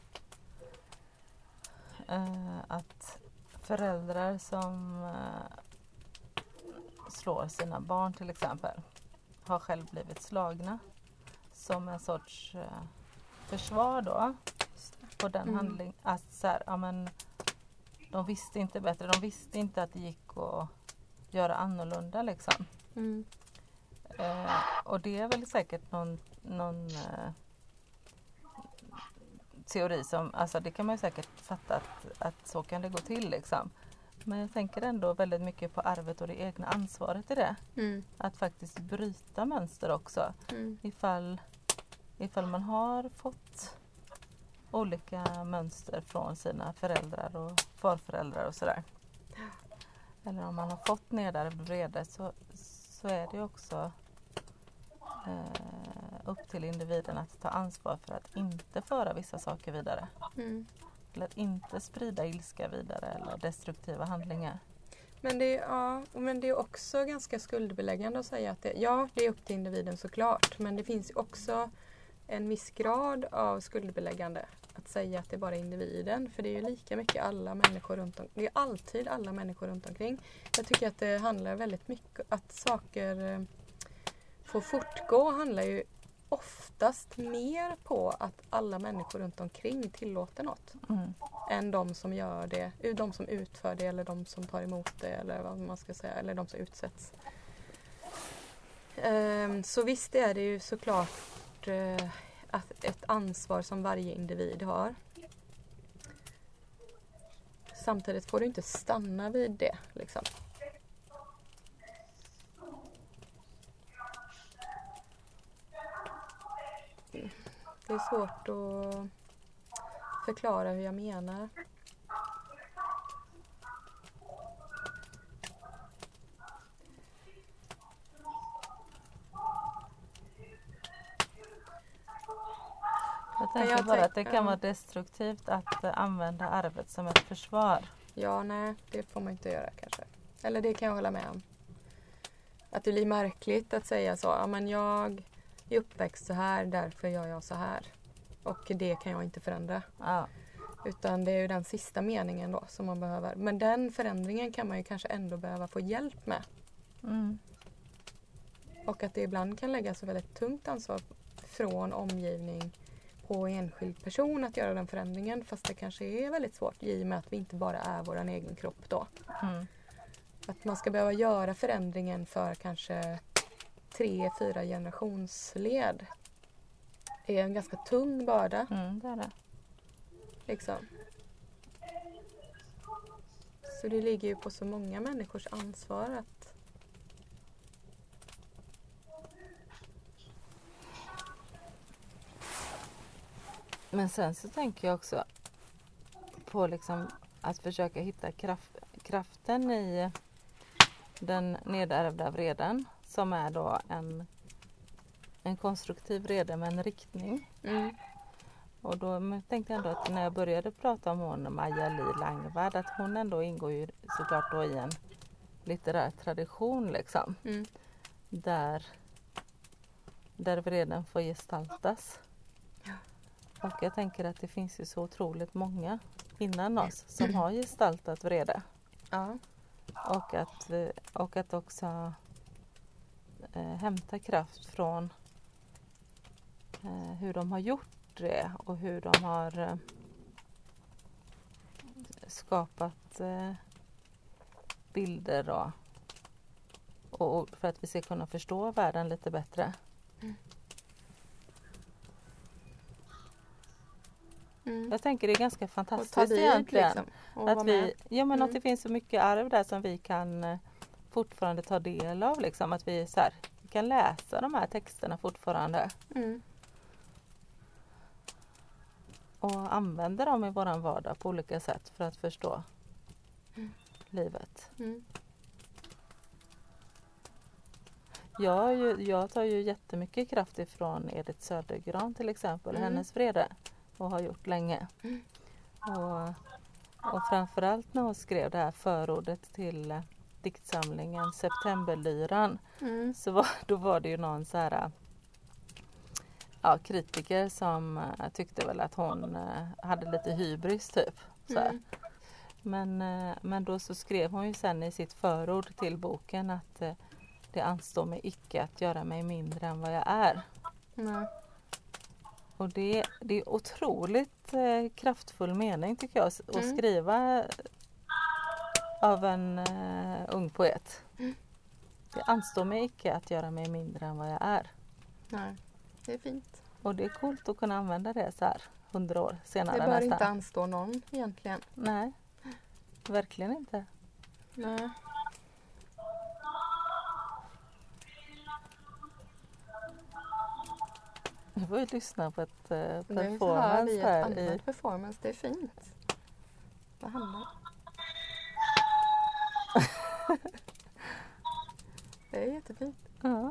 Speaker 1: eh, att föräldrar som eh, slår sina barn till exempel har själv blivit slagna som en sorts eh, försvar då på den
Speaker 2: Mm.
Speaker 1: handling. Att så här, ja, men, de visste inte bättre, de visste inte att det gick att göra annorlunda liksom.
Speaker 2: Mm.
Speaker 1: Eh, och det är väl säkert någon, någon eh, teori som, alltså det kan man ju säkert fatta att, att så kan det gå till liksom. Men jag tänker ändå väldigt mycket på arvet och det egna ansvaret i det.
Speaker 2: Mm.
Speaker 1: Att faktiskt bryta mönster också.
Speaker 2: Mm.
Speaker 1: Ifall, ifall man har fått olika mönster från sina föräldrar och farföräldrar och sådär. Eller om man har fått nedärvd vrede så, så är det också eh, upp till individen att ta ansvar för att inte föra vissa saker vidare.
Speaker 2: Mm.
Speaker 1: Eller att inte sprida ilska vidare eller destruktiva handlingar.
Speaker 2: Men det, är, ja, men det är också ganska skuldbeläggande att säga att det, ja, det är upp till individen såklart. Men det finns ju också en viss grad av skuldbeläggande att säga att det är bara individen. För det är ju lika mycket alla människor runt omkring. Det är alltid alla människor runt omkring. Jag tycker att det handlar väldigt mycket att saker eh, får fortgå handlar ju oftast mer på att alla människor runt omkring tillåter något.
Speaker 1: Mm.
Speaker 2: Än de som gör det, de som utför det eller de som tar emot det eller vad man ska säga, eller de som utsätts. Um, så visst är det ju såklart uh, att ett ansvar som varje individ har. Samtidigt får du inte stanna vid det liksom. Det är svårt att förklara hur jag menar.
Speaker 1: Jag tänker
Speaker 2: jag
Speaker 1: bara
Speaker 2: tänk-
Speaker 1: att det kan
Speaker 2: ja.
Speaker 1: vara destruktivt att eh, använda arvet som ett försvar.
Speaker 2: Ja, nej, det får man inte göra kanske. Eller det kan jag hålla med om. Att det blir märkligt att säga så. Ja, men jag är uppväxt så här, därför gör jag så här. Och det kan jag inte förändra.
Speaker 1: Ja.
Speaker 2: Utan det är ju den sista meningen då som man behöver. Men den förändringen kan man ju kanske ändå behöva få hjälp med.
Speaker 1: Mm.
Speaker 2: Och att det ibland kan lägga så väldigt tungt ansvar från omgivning på enskild person att göra den förändringen. Fast det kanske är väldigt svårt i och med att vi inte bara är vår egen kropp då.
Speaker 1: Mm.
Speaker 2: Att man ska behöva göra förändringen för kanske tre, fyra generationsled. Det är en ganska tung börda.
Speaker 1: Mm, det är det.
Speaker 2: Liksom. Så det ligger ju på så många människors ansvar att
Speaker 1: Men sen så tänker jag också på liksom att försöka hitta kraft, kraften i den nedärvda vreden som är då en, en konstruktiv vrede med en riktning.
Speaker 2: mm.
Speaker 1: Och då tänkte jag ändå att när jag började prata om hon Maja-Li Langvard att hon ändå ingår ju såklart då i en litterär tradition liksom.
Speaker 2: Mm.
Speaker 1: Där, där vreden får gestaltas.
Speaker 2: Ja.
Speaker 1: Och jag tänker att det finns ju så otroligt många innan oss som har gestaltat vrede.
Speaker 2: Ja.
Speaker 1: Och att, och att också eh, hämta kraft från eh, hur de har gjort det och hur de har eh, skapat eh, bilder och, och ord för att vi ska kunna förstå världen lite bättre.
Speaker 2: Mm.
Speaker 1: Jag tänker det är ganska
Speaker 2: Och ta
Speaker 1: fantastiskt
Speaker 2: vid
Speaker 1: egentligen.
Speaker 2: liksom. Och vara
Speaker 1: Att vi,
Speaker 2: med.
Speaker 1: ja, men
Speaker 2: Mm.
Speaker 1: att det finns så mycket arv där som vi kan eh, fortfarande ta del av. Liksom. Att vi så här, vi kan läsa de här texterna fortfarande.
Speaker 2: Mm.
Speaker 1: och använder dem i våran vardag på olika sätt för att förstå
Speaker 2: Mm.
Speaker 1: livet.
Speaker 2: Mm.
Speaker 1: Jag, har ju, jag tar ju jättemycket kraft ifrån Edith Södergran till exempel,
Speaker 2: Mm.
Speaker 1: hennes vrede, och har gjort länge.
Speaker 2: Mm.
Speaker 1: Och, och framförallt när hon skrev det här förordet till eh, diktsamlingen Septemberlyran,
Speaker 2: Mm.
Speaker 1: så var, då var det ju någon så här, ja, kritiker som uh, tyckte väl att hon uh, hade lite hybris typ. Så här.
Speaker 2: Mm.
Speaker 1: Men, uh, men då så skrev hon ju sen i sitt förord till boken att uh, det anstår mig icke att göra mig mindre än vad jag är.
Speaker 2: Nej.
Speaker 1: Och det, det är otroligt uh, kraftfull mening tycker jag att
Speaker 2: Mm.
Speaker 1: skriva av en uh, ung poet.
Speaker 2: Mm.
Speaker 1: Det anstår mig icke att göra mig mindre än vad jag är.
Speaker 2: Nej, det är fint.
Speaker 1: Och det är coolt att kunna använda det så här hundra år senare
Speaker 2: Det bör
Speaker 1: nästan.
Speaker 2: inte anstå någon egentligen.
Speaker 1: Nej, verkligen inte.
Speaker 2: Nej.
Speaker 1: Nu får vi lyssna på ett uh,
Speaker 2: Nu hör
Speaker 1: performance
Speaker 2: vi ett
Speaker 1: här
Speaker 2: annat
Speaker 1: i...
Speaker 2: performance. Det är fint. Vad handlar det är jättefint.
Speaker 1: Ja.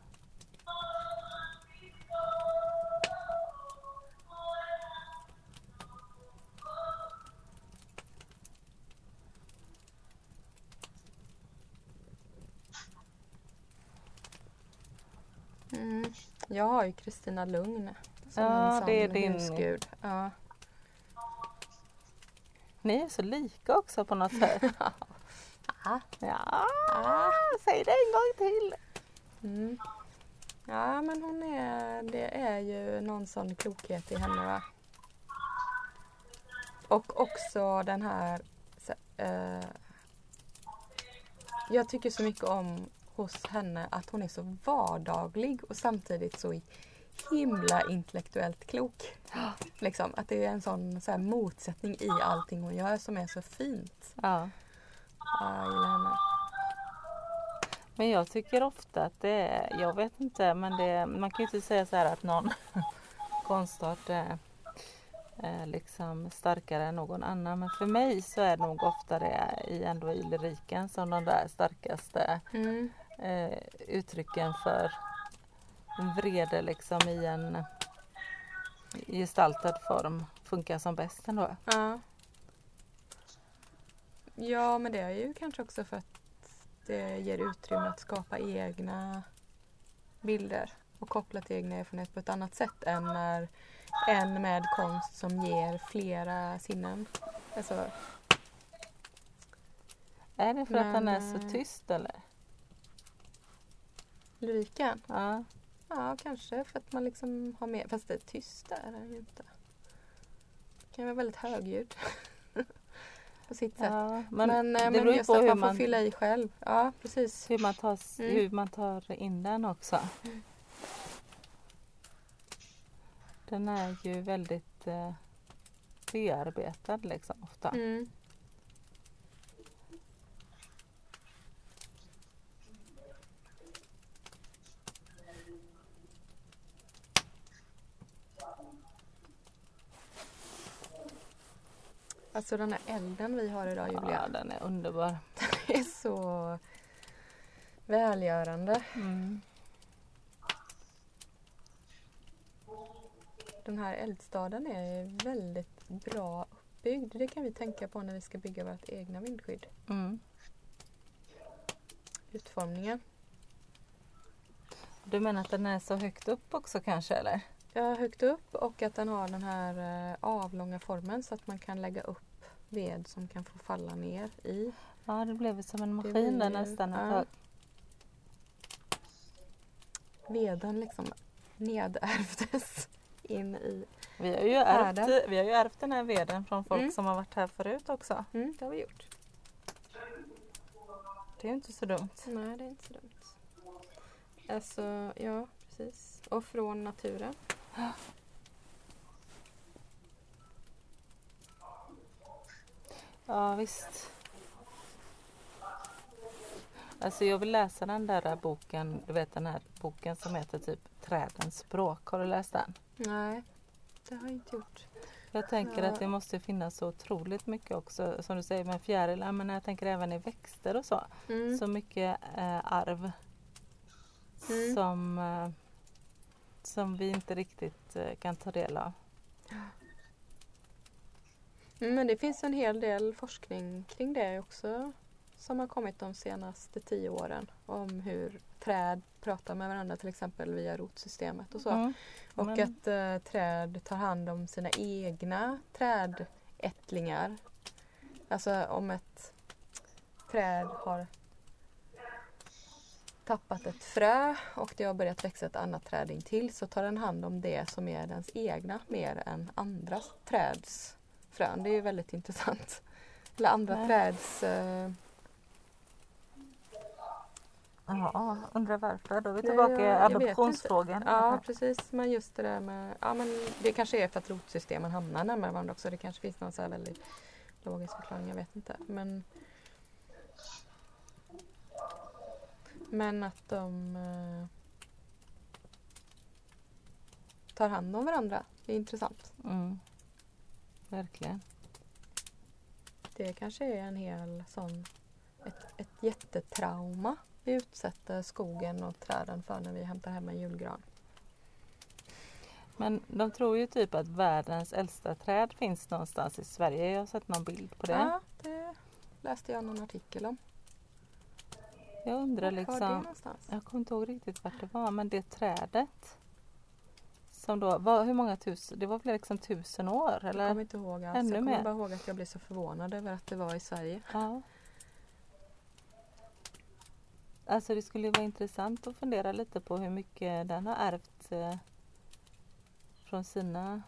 Speaker 2: Mm. Jag har ju Kristina Lugn som
Speaker 1: Ja,
Speaker 2: en sån
Speaker 1: det är din-
Speaker 2: husgud. Ja.
Speaker 1: Ni är så lika också på något sätt.
Speaker 2: Ah.
Speaker 1: Ja,
Speaker 2: Ah.
Speaker 1: säg det en gång till.
Speaker 2: Mm. Ja, men hon är, det är ju någon sån klokhet i henne, va? Och också den här, så, eh, jag tycker så mycket om hos henne att hon är så vardaglig och samtidigt så himla intellektuellt klok. Liksom, att det är en sån så här motsättning i allting hon gör som är så fint.
Speaker 1: Ja.
Speaker 2: Ja, jag gillar henne.
Speaker 1: Men jag tycker ofta att det är, jag vet inte, men det, man kan ju inte säga så här att någon konstart är, är liksom starkare än någon annan. Men för mig så är det nog ofta det i, ändå i lyriken som de där starkaste
Speaker 2: Mm.
Speaker 1: eh, uttrycken för vrede liksom i en gestaltad form funkar som bäst ändå.
Speaker 2: Ja. Ja, men det är ju kanske också för att det ger utrymme att skapa egna bilder och koppla till egna erfarenheter på ett annat sätt än när en med konst som ger flera sinnen. Alltså,
Speaker 1: Är det för
Speaker 2: Men,
Speaker 1: att den är så
Speaker 2: eh,
Speaker 1: tyst eller?
Speaker 2: lyriken.
Speaker 1: Ja.
Speaker 2: Ja, kanske för att man liksom har mer, fast det är tyst där är det ju inte. Det kan vara väldigt högljudd på sitt sätt.
Speaker 1: Ja,
Speaker 2: Men,
Speaker 1: men,
Speaker 2: men,
Speaker 1: det
Speaker 2: men
Speaker 1: beror ju
Speaker 2: just
Speaker 1: på
Speaker 2: att
Speaker 1: hur
Speaker 2: man får
Speaker 1: man,
Speaker 2: fylla i själv. Ja, precis.
Speaker 1: hur, man tar,
Speaker 2: Mm.
Speaker 1: hur man tar in den också.
Speaker 2: Mm.
Speaker 1: Den är ju väldigt eh, bearbetad liksom ofta.
Speaker 2: Mm. Alltså den här elden vi har idag, Julia,
Speaker 1: Ja, den är underbar.
Speaker 2: är så välgörande.
Speaker 1: Mm.
Speaker 2: Den här eldstaden är väldigt bra uppbyggd. Det kan vi tänka på när vi ska bygga vårt egna vindskydd.
Speaker 1: Mm.
Speaker 2: Utformningen.
Speaker 1: Du menar att den är så högt upp också kanske eller?
Speaker 2: Ja, högt upp och att den har den här eh, avlånga formen så att man kan lägga upp ved som kan få falla ner i.
Speaker 1: Ja, det blev som en
Speaker 2: Det
Speaker 1: maskin där
Speaker 2: blir-
Speaker 1: nästan ett
Speaker 2: ja.
Speaker 1: tag.
Speaker 2: Veden liksom nedärvdes in i...
Speaker 1: Vi har ju ärvt,
Speaker 2: Härda.
Speaker 1: vi har ju ärvt den här veden från folk
Speaker 2: Mm.
Speaker 1: som har varit här förut också.
Speaker 2: Mm, det har vi gjort.
Speaker 1: Det är ju inte så dumt.
Speaker 2: Nej, det är inte så dumt. Alltså, ja, precis. Och från naturen.
Speaker 1: Ja visst. Alltså jag vill läsa den där boken, du vet den här boken som heter typ Trädens språk. Har du läst den?
Speaker 2: Nej, det har jag inte gjort.
Speaker 1: För jag tänker
Speaker 2: Ja.
Speaker 1: att det måste finnas så otroligt mycket också, som du säger med fjärilar, men jag tänker även i växter och så.
Speaker 2: Mm.
Speaker 1: Så mycket eh, arv
Speaker 2: Mm.
Speaker 1: som, eh, som vi inte riktigt eh, kan ta del av.
Speaker 2: Mm, men det finns en hel del forskning kring det också som har kommit de senaste tio åren om hur träd pratar med varandra till exempel via rotsystemet och så.
Speaker 1: Mm.
Speaker 2: Och
Speaker 1: Men-
Speaker 2: att eh, träd tar hand om sina egna trädättlingar. Alltså om ett träd har tappat ett frö och det har börjat växa ett annat träd in till, så tar den hand om det som är dens egna mer än andra träds frön. Det är ju väldigt intressant. Eller andra
Speaker 1: Nej.
Speaker 2: träds... Eh,
Speaker 1: Ja, undrar varför. Då är vi
Speaker 2: Nej,
Speaker 1: tillbaka i
Speaker 2: jag- jag vet
Speaker 1: adoptionsfrågan.
Speaker 2: ja, precis. Men just det där med... Ja, men det kanske är för att rotsystemen hamnar närmare varandra också. Det kanske finns någon så här väldigt logisk förklaring, jag vet inte. Men, men att de eh, tar hand om varandra är intressant.
Speaker 1: Mm. Verkligen.
Speaker 2: Det kanske är en hel sån... Ett, ett jättetrauma vi utsätter skogen och träden för när vi hämtar hem en julgran.
Speaker 1: Men de tror ju typ att världens äldsta träd finns någonstans i Sverige. Jag har sett någon bild på det.
Speaker 2: Ja, det läste jag någon artikel om.
Speaker 1: Jag undrar
Speaker 2: Var det
Speaker 1: liksom,
Speaker 2: någonstans?
Speaker 1: jag kommer inte ihåg riktigt vart det var, men det trädet som då var, hur många tusen, det var väl liksom tusen år
Speaker 2: Jag
Speaker 1: eller?
Speaker 2: kommer inte ihåg alls.
Speaker 1: ännu
Speaker 2: Jag kommer
Speaker 1: mer?
Speaker 2: bara ihåg att jag blev så förvånad över att det var i Sverige.
Speaker 1: Ja. Alltså det skulle ju vara intressant att fundera lite på hur mycket den har ärvt eh, från sina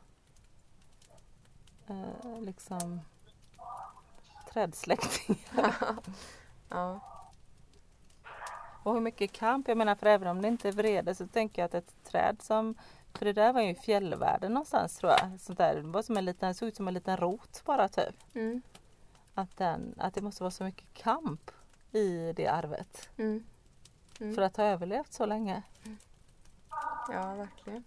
Speaker 1: eh, liksom trädsläktingar.
Speaker 2: Ja.
Speaker 1: Och hur mycket kamp, jag menar för även om det inte är vrede så tänker jag att ett träd som, för det där var ju i fjällvärlden någonstans tror jag, sånt där, det var som en liten, såg ut som en liten rot bara typ.
Speaker 2: Mm.
Speaker 1: Att, den, att det måste vara så mycket kamp i det arvet
Speaker 2: Mm. Mm.
Speaker 1: för att ha överlevt så länge.
Speaker 2: Ja, verkligen.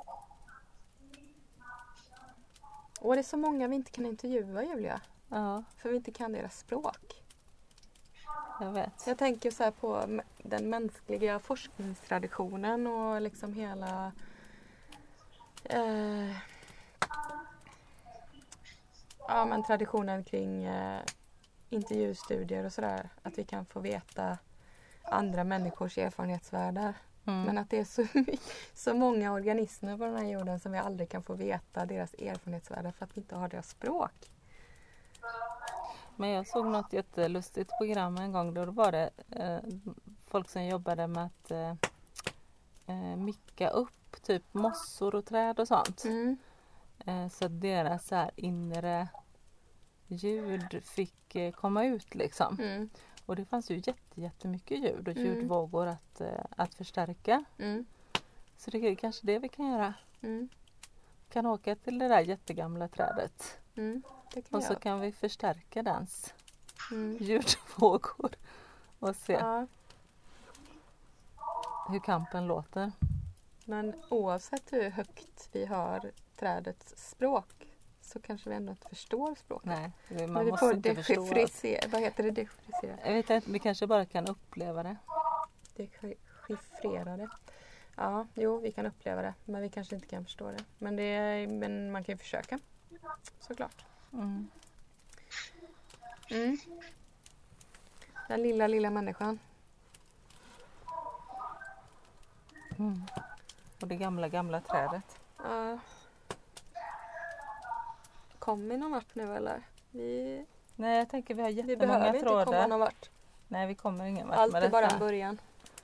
Speaker 2: Och det är så många vi inte kan intervjua, Julia.
Speaker 1: Ja,
Speaker 2: För vi inte kan deras språk.
Speaker 1: jag vet.
Speaker 2: Jag tänker så här på m- den mänskliga forskningstraditionen och liksom hela eh, ja, men traditionen kring eh, intervjustudier och sådär. Att vi kan få veta andra människors erfarenhetsvärldar.
Speaker 1: Mm.
Speaker 2: Men att det är så, my- så många organismer på den här jorden som vi aldrig kan få veta deras erfarenhetsvärldar för att vi inte har deras språk.
Speaker 1: Men jag såg något jättelustigt program en gång. Då var det eh, folk som jobbade med att eh, eh, micka upp typ mossor och träd och sånt.
Speaker 2: Mm.
Speaker 1: Eh, så att deras så här inre ljud fick eh, komma ut liksom.
Speaker 2: Mm.
Speaker 1: Och det fanns ju jätte, jättemycket ljud och
Speaker 2: Mm.
Speaker 1: ljudvågor att, eh, att förstärka.
Speaker 2: Mm.
Speaker 1: Så det är kanske det vi kan göra.
Speaker 2: Mm.
Speaker 1: Kan åka till det där jättegamla trädet.
Speaker 2: Mm. Det kan
Speaker 1: Och så
Speaker 2: jag.
Speaker 1: kan vi förstärka dens
Speaker 2: Mm.
Speaker 1: ljudvågor. Och se
Speaker 2: Ja.
Speaker 1: hur kampen låter.
Speaker 2: Men oavsett hur högt vi hör trädets språk så kanske vi ändå inte förstår språket.
Speaker 1: Nej,
Speaker 2: Men
Speaker 1: man
Speaker 2: vi
Speaker 1: måste
Speaker 2: får
Speaker 1: inte förstå. att-
Speaker 2: dechiffrera. Vad heter det? Dechiffrera.
Speaker 1: Jag vet inte, vi kanske bara kan uppleva det.
Speaker 2: Dechiffrera det. Ja, jo, vi kan uppleva det. Men vi kanske inte kan förstå det. Men, det är, men man kan ju försöka. Såklart.
Speaker 1: Mm.
Speaker 2: Mm. Den lilla, lilla människan.
Speaker 1: Mm. Och det gamla, gamla trädet.
Speaker 2: Ja. Kom vi någon vart nu eller? Vi,
Speaker 1: Nej, jag tänker vi har
Speaker 2: vi
Speaker 1: jättemånga
Speaker 2: behöver inte komma
Speaker 1: trådar.
Speaker 2: någon vart.
Speaker 1: Nej, vi kommer ingen vart
Speaker 2: Allt
Speaker 1: med
Speaker 2: är bara
Speaker 1: detta.
Speaker 2: en början.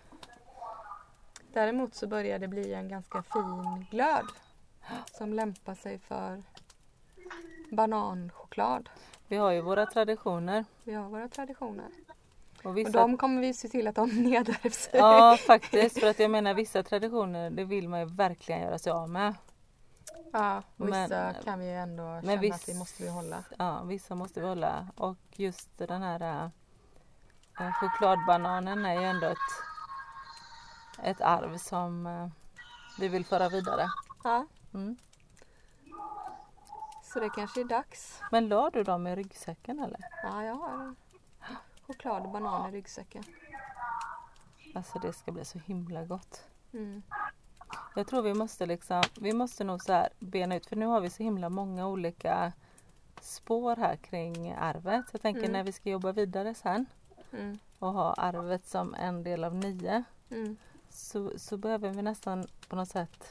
Speaker 2: Däremot så börjar det bli en ganska fin glöd som lämpar sig för bananchoklad.
Speaker 1: Vi har ju våra traditioner.
Speaker 2: Vi har våra traditioner.
Speaker 1: Och vissa...
Speaker 2: Och de kommer vi se till att de nedärvs.
Speaker 1: Ja, faktiskt. För att jag menar vissa traditioner, det vill man ju verkligen göra sig av med.
Speaker 2: Ja, och vissa
Speaker 1: Men-
Speaker 2: kan vi ju ändå
Speaker 1: men
Speaker 2: känna
Speaker 1: viss-
Speaker 2: att vi måste vi hålla.
Speaker 1: Ja, vissa måste vi hålla. Och just den här äh, chokladbananen är ju ändå ett, ett arv som äh, vi vill föra vidare.
Speaker 2: Ja,
Speaker 1: Mm.
Speaker 2: så det kanske är dags.
Speaker 1: Men la du dem i ryggsäcken eller?
Speaker 2: Ja, jag har choklad och banan i ryggsäcken.
Speaker 1: Alltså det ska bli så himla gott.
Speaker 2: Mm.
Speaker 1: Jag tror vi måste liksom, vi måste nog så här bena ut, för nu har vi så himla många olika spår här kring arvet. Jag tänker
Speaker 2: Mm.
Speaker 1: när vi ska jobba vidare sen
Speaker 2: Mm.
Speaker 1: och ha arvet som en del av nio,
Speaker 2: Mm.
Speaker 1: så, så behöver vi nästan på något sätt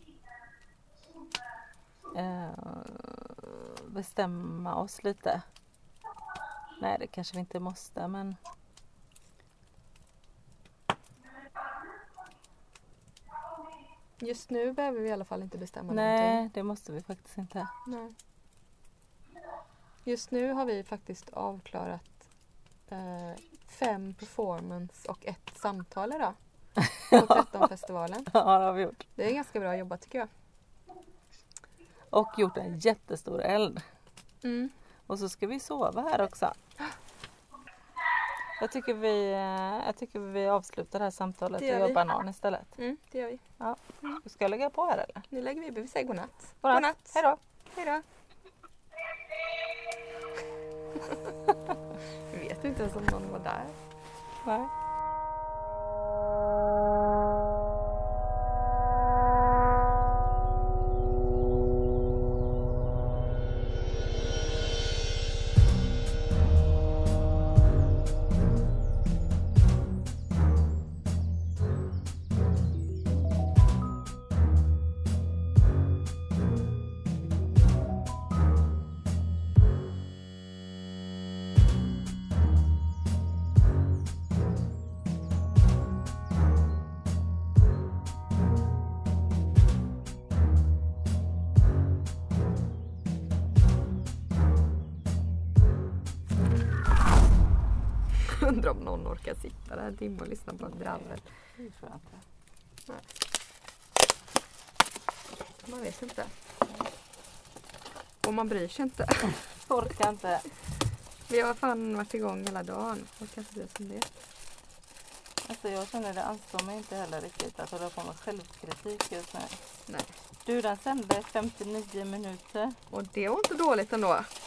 Speaker 1: eh, bestämma oss lite. Nej, det kanske vi inte måste, men
Speaker 2: Just nu behöver vi i alla fall inte bestämma
Speaker 1: nej,
Speaker 2: någonting.
Speaker 1: det måste vi faktiskt inte.
Speaker 2: Nej. Just nu har vi faktiskt avklarat eh, fem performance och ett samtal idag. På tretton-festivalen.
Speaker 1: Ja, det har vi gjort.
Speaker 2: Det är ganska bra jobbat tycker jag.
Speaker 1: Och gjort en jättestor eld.
Speaker 2: Mm.
Speaker 1: Och så ska vi sova här också. Jag tycker vi, jag tycker vi avslutar det här samtalet
Speaker 2: Det
Speaker 1: och
Speaker 2: gör
Speaker 1: gör
Speaker 2: vi.
Speaker 1: banan istället.
Speaker 2: Mm, det gör vi.
Speaker 1: Ja. Ska jag lägga på här eller?
Speaker 2: Nu lägger vi, vi säger godnatt.
Speaker 1: Godnatt. Hej då.
Speaker 2: Hej då. Jag vet inte ens om någon var där.
Speaker 1: Nej.
Speaker 2: Undrar om någon orkar sitta där en timme och lyssna på ett dravel.
Speaker 1: Det tror jag inte.
Speaker 2: Man vet inte. Och man bryr sig inte.
Speaker 1: Orkar inte.
Speaker 2: Vi har fan varit igång hela dagen. Orkar inte det som det.
Speaker 1: Alltså jag känner det anstår mig inte heller riktigt att hålla på med självkritik just nu.
Speaker 2: Nej.
Speaker 1: Du, den sände femtionio minuter.
Speaker 2: Och det var inte dåligt ändå.